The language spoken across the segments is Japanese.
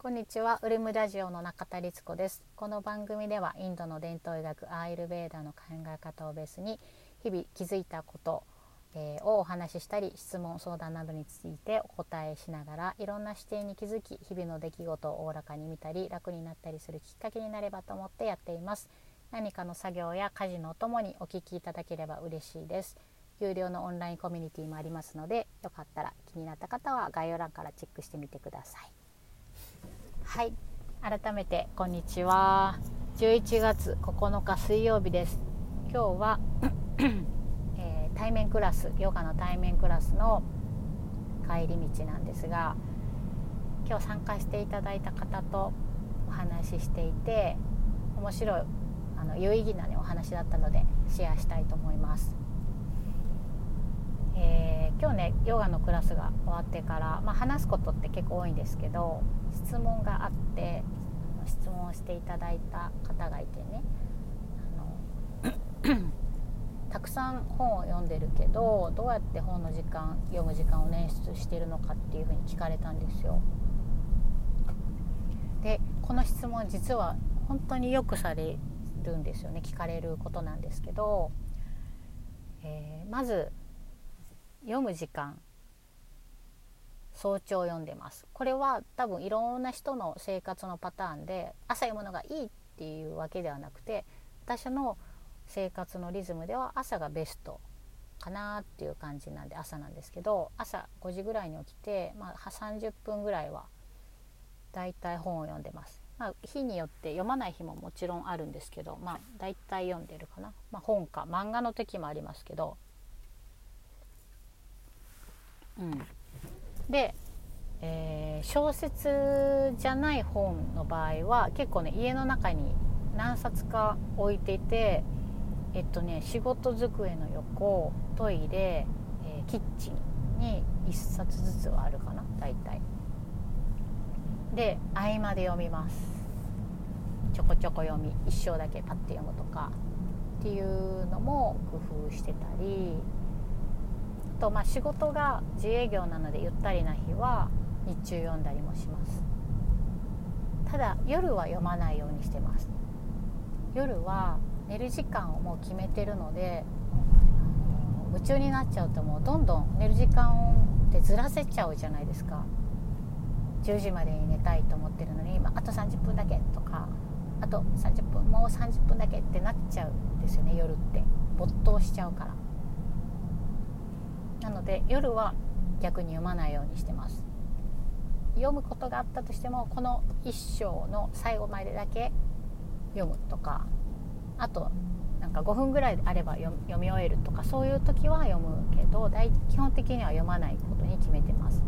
こんにちは。ウルムラジオの中田律子です。この番組ではインドの伝統医学アーユルヴェーダの考え方をベースに日々気づいたこと、をお話ししたり、質問相談などについてお答えしながら、いろんな視点に気づき、日々の出来事をおおらかに見たり楽になったりするきっかけになればと思ってやっています。何かの作業や家事のお供にお聞きいただければ嬉しいです。有料のオンラインコミュニティもありますので、よかったら気になった方は概要欄からチェックしてみてください。はい、改めてこんにちは。11月9日水曜日です。今日は、対面クラス、ヨガの対面クラスの帰り道なんですが、今日参加していただいた方とお話ししていて、面白い有意義な、お話だったのでシェアしたいと思います。今日ね、ヨガのクラスが終わってから、話すことって結構多いんですけど、質問があって質問をしていただいた方がいてね、たくさん本を読んでるけど、どうやって本の読む時間を捻出しているのかっていうふうに聞かれたんですよ。で、この質問実は本当によくされるんですよね。聞かれることなんですけど、まず読む時間、早朝読んでます。これは多分いろんな人の生活のパターンで、朝読むのがいいっていうわけではなくて、私の生活のリズムでは朝がベストかなっていう感じなんで、朝なんですけど、朝5時ぐらいに起きて、30分ぐらいはだいたい本を読んでます。日によって読まない日ももちろんあるんですけど、だいたい読んでるかな。本か漫画の時もありますけど、で、小説じゃない本の場合は結構ね、家の中に何冊か置いていて、仕事机の横、トイレ、キッチンに1冊ずつはあるかな、大体で、合間で読みます。ちょこちょこ読み、一章だけパッて読むとかっていうのも工夫してたり、あと仕事が自営業なのでゆったりな日は日中読んだりもします。ただ夜は読まないようにしてます。夜は寝る時間をもう決めてるので、夢中になっちゃうともうどんどん寝る時間ってずらせちゃうじゃないですか。10時までに寝たいと思ってるのに、あと30分だけとか、あと30分、もう30分だけってなっちゃうんですよね。夜って没頭しちゃうから。なので夜は逆に読まないようにしてます。読むことがあったとしても、この一章の最後までだけ読むとか、あと5分ぐらいあれば読み終えるとか、そういう時は読むけど、基本的には読まないことに決めてます。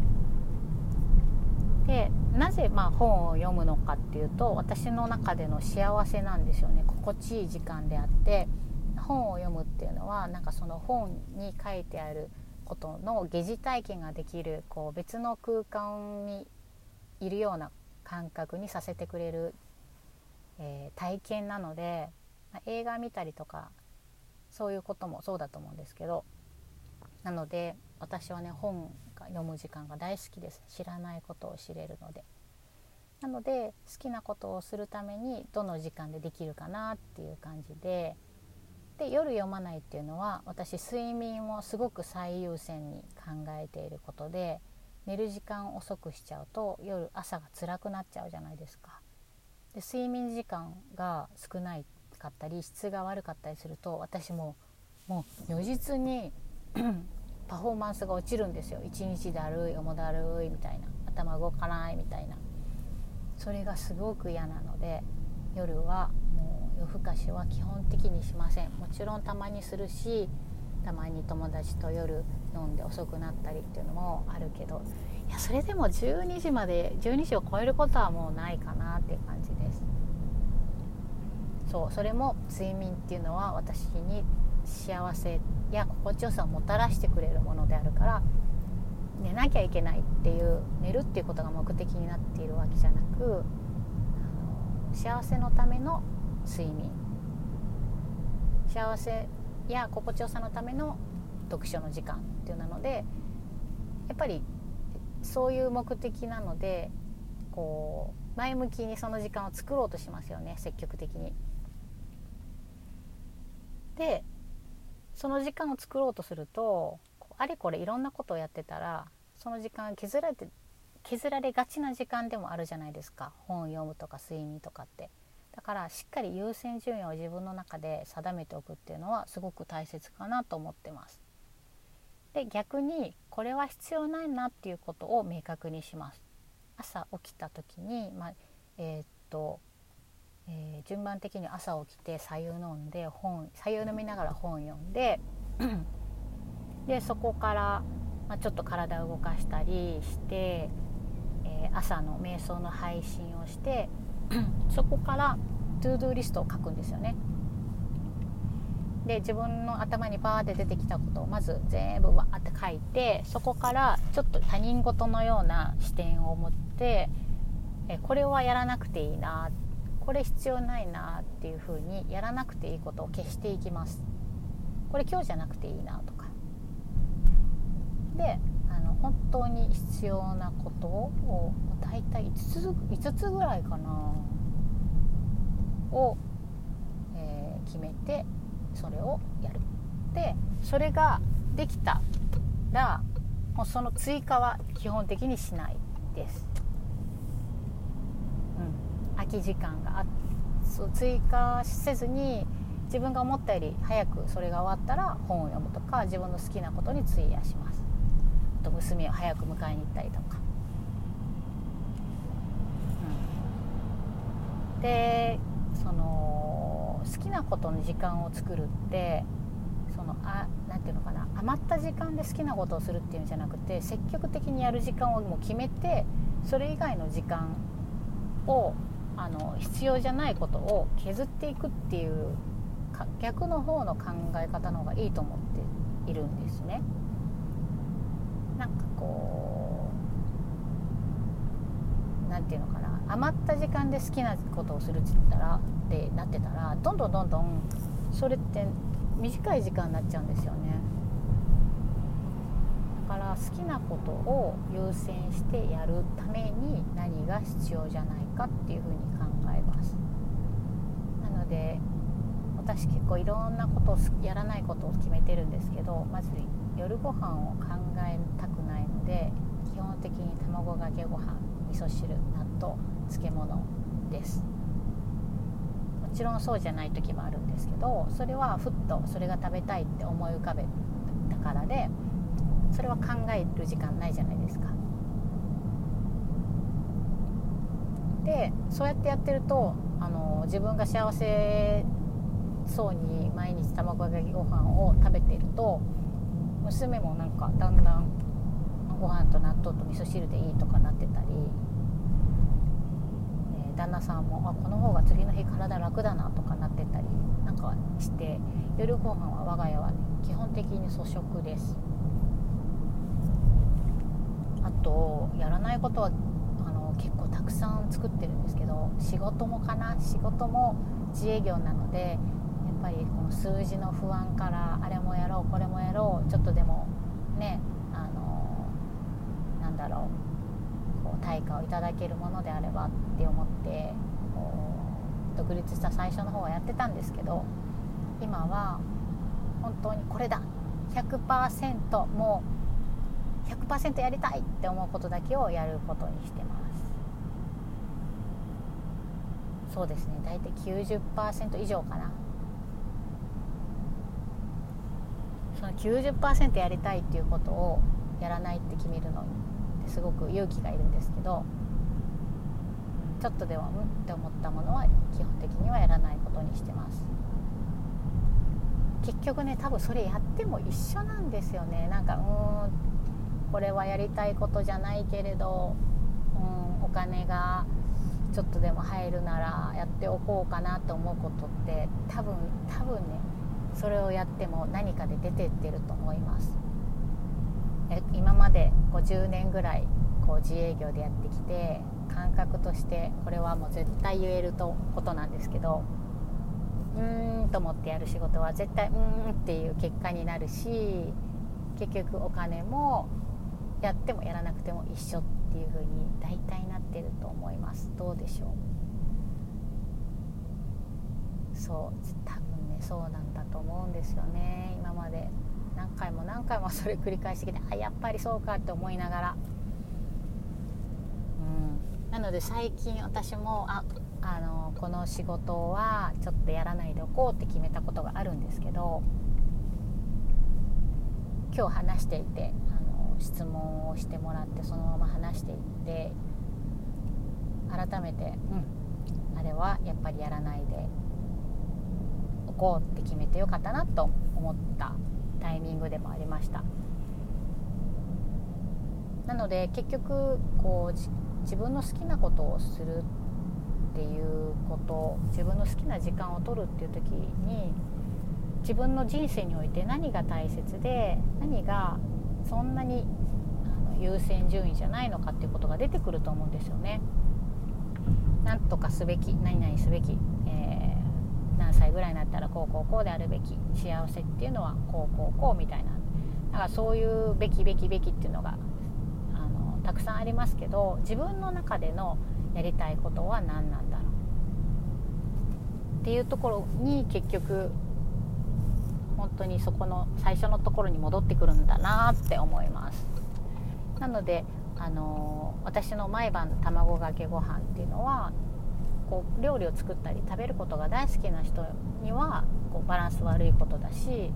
で、なぜ本を読むのかっていうと、私の中での幸せなんですよね。心地いい時間であって、本を読むっていうのはその本に書いてあることの疑似体験ができる、別の空間にいるような感覚にさせてくれる、体験なので、映画見たりとかそういうこともそうだと思うんですけど、なので私はね、本が読む時間が大好きです。知らないことを知れるので。なので好きなことをするためにどの時間でできるかなっていう感じで、夜読まないっていうのは、私睡眠をすごく最優先に考えていることで、寝る時間を遅くしちゃうと朝が辛くなっちゃうじゃないですか。で、睡眠時間が少ないかったり質が悪かったりすると、私もう如実にパフォーマンスが落ちるんですよ。一日だるい、重だるいみたいな、頭動かないみたいな、それがすごく嫌なので、夜はもう夜更かしは基本的にしません。もちろんたまにするし、たまに友達と夜飲んで遅くなったりっていうのもあるけど、それでも12時を超えることはもうないかなっていう感じです。それも睡眠っていうのは私に幸せや心地よさをもたらしてくれるものであるから、寝なきゃいけないっていう、寝るっていうことが目的になっているわけじゃなく、幸せのための睡眠、幸せや心地よさのための読書の時間っていうなので、やっぱりそういう目的なので、 こう前向きにその時間を作ろうとしますよね、積極的に。でその時間を作ろうとするとあれこれいろんなことをやってたらその時間が削られがちな時間でもあるじゃないですか。本を読むとか睡眠とかって。だからしっかり優先順位を自分の中で定めておくっていうのはすごく大切かなと思ってます。で逆にこれは必要ないなっていうことを明確にします。朝起きた時に、順番的に朝起きて白湯飲んで白湯飲みながら本読んででそこから、ちょっと体を動かしたりして、朝の瞑想の配信をしてそこからトゥードゥーリストを書くんですよね。で自分の頭にバーって出てきたことをまず全部わーって書いて、そこからちょっと他人事のような視点を持って、これはやらなくていいな、これ必要ないなっていう風にやらなくていいことを消していきます。これ今日じゃなくていいなとかで、本当に必要なことをだいたい5つぐらいかなを、決めてそれをやる。でそれができたらもうその追加は基本的にしないです。空き時間が追加せずに自分が思ったより早くそれが終わったら本を読むとか自分の好きなことに費やします。あと娘を早く迎えに行ったりとか、でその好きなことの時間を作るってなんていうのかな、余った時間で好きなことをするっていうんじゃなくて積極的にやる時間をもう決めてそれ以外の時間を必要じゃないことを削っていくっていう逆の方の考え方の方がいいと思っているんですね。なんかこうなんていうのかな、余った時間で好きなことをするってなってたらどんどんそれって短い時間になっちゃうんですよね。だから好きなことを優先してやるために何が必要じゃないかっていうふうに考えます。なので私結構いろんなことをやらないことを決めてるんですけど、まず夜ご飯を考えたくないので基本的に卵かけご飯、味噌汁、納豆、漬物です。もちろんそうじゃない時もあるんですけど、それはふっとそれが食べたいって思い浮かべたからで、それは考える時間ないじゃないですか。でそうやってやってると自分が幸せそうに毎日卵かけご飯を食べていると娘もなんかだんだんご飯と納豆と味噌汁でいいとかなってたり、旦那さんもこの方が次の日体楽だなとかなってたりなんかして、夜ご飯は我が家は、基本的に粗食です。あとやらないことは結構たくさん作ってるんですけど、仕事も自営業なのでやっぱりこの数字の不安からあれもやろうこれもやろう、ちょっとでもねこう対価をいただけるものであればって思って独立した最初の方はやってたんですけど、今は本当にこれだ 100% もう 100% やりたいって思うことだけをやることにしてます。そうですね、だいたい 90% 以上かな。その 90% やりたいっていうことをやらないって決めるのってすごく勇気がいるんですけど、ちょっとでもって思ったものは基本的にはやらないことにしてます。結局ね、多分それやっても一緒なんですよね。なんかこれはやりたいことじゃないけれどお金がちょっとでも入るならやっておこうかなと思うことって多分ね、それをやっても何かで出てってると思います。今まで50年ぐらいこう自営業でやってきて感覚としてこれはもう絶対言えることなんですけど、と思ってやる仕事は絶対っていう結果になるし、結局お金もやってもやらなくても一緒っていう風に大体なってると思います。 ます。どうでしょう。そう多分ねそうなんだと思うんですよね。今まで何回もそれ繰り返してきて、やっぱりそうかって思いながら、なので最近私もこの仕事はちょっとやらないでおこうって決めたことがあるんですけど、今日話していて質問をしてもらってそのまま話していって改めて、あれはやっぱりやらないでおこうって決めてよかったなと思ったタイミングでもありました。なので結局自分の好きなことをするっていうこと、自分の好きな時間を取るっていう時に自分の人生において何が大切で何がそんなに優先順位じゃないのかっていうことが出てくると思うんですよね。なんとかすべき、何々すべき、何歳ぐらいになったらこうであるべき、幸せっていうのはこうみたいな、だからそういうべきっていうのがたくさんありますけど、自分の中でのやりたいことは何なんだろうっていうところに結局本当にそこの最初のところに戻ってくるんだなって思います。なので私の毎晩卵かけご飯っていうのは料理を作ったり食べることが大好きな人にはバランス悪いことだし、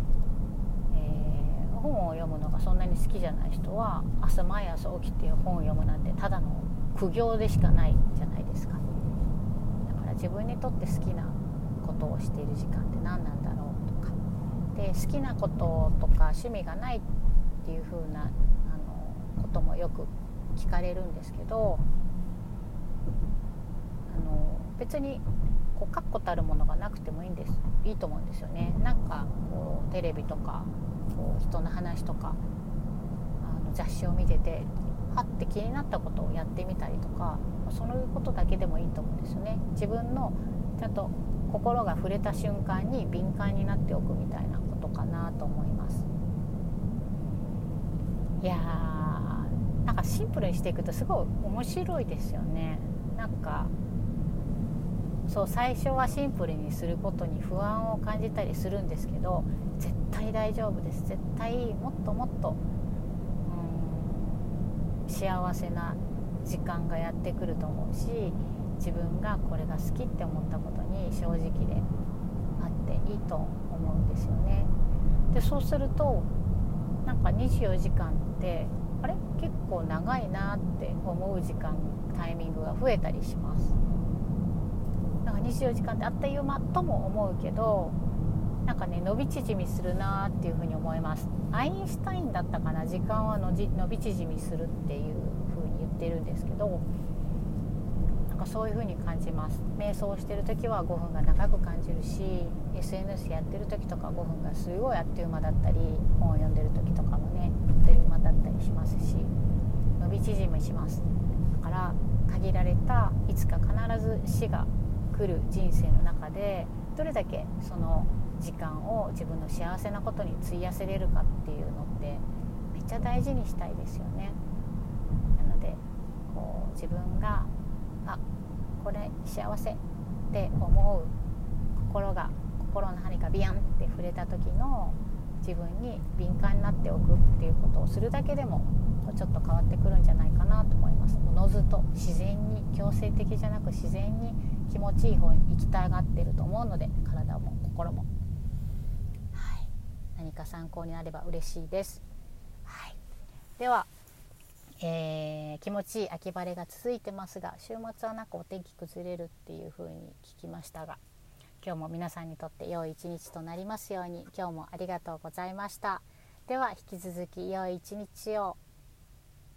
本を読むのがそんなに好きじゃない人は毎朝起きて本を読むなんてただの苦行でしかないじゃないですか。だから自分にとって好きなことをしている時間って何なんだろうとかで、好きなこととか趣味がないっていう風なこともよく聞かれるんですけど、別に確固たるものがなくてもいいと思うんですよね。なんかテレビとか人の話とか雑誌を見ててはって気になったことをやってみたりとか、そういうことだけでもいいと思うんですよね。自分のちゃんと心が触れた瞬間に敏感になっておくみたいなことかなと思います。いやー、なんかシンプルにしていくとすごい面白いですよね。なんか最初はシンプルにすることに不安を感じたりするんですけど、絶対大丈夫です。絶対もっともっと幸せな時間がやってくると思うし、自分がこれが好きって思ったことに正直であっていいと思うんですよね。でそうするとなんか24時間って結構長いなって思うタイミングが増えたりします。なんか24時間ってあっという間とも思うけど、なんかね伸び縮みするなっていうふうに思います。アインシュタインだったかな、時間は伸び縮みするっていうふうに言ってるんですけど、なんかそういうふうに感じます。瞑想してる時は5分が長く感じるし、 SNS やってる時とか5分がすごいあっという間だったり、本を読んでる時とかもねあっという間だったりしますし、伸び縮みします。だから限られたいつか必ず死が来る人生の中でどれだけその時間を自分の幸せなことに費やせれるかっていうのってめっちゃ大事にしたいですよね。なので自分がこれ幸せって思う心の何かビヤンって触れた時の自分に敏感になっておくっていうことをするだけでもちょっと変わってくるんじゃないかなと思います。おのずと自然に、強制的じゃなく自然に気持ちいい方に行きたがってると思うので、体も心も、何か参考になれば嬉しいです。では、気持ちいい秋晴れが続いてますが、週末はなんかお天気崩れるっていう風に聞きましたが、今日も皆さんにとって良い一日となりますように。今日もありがとうございました。では引き続き良い一日を。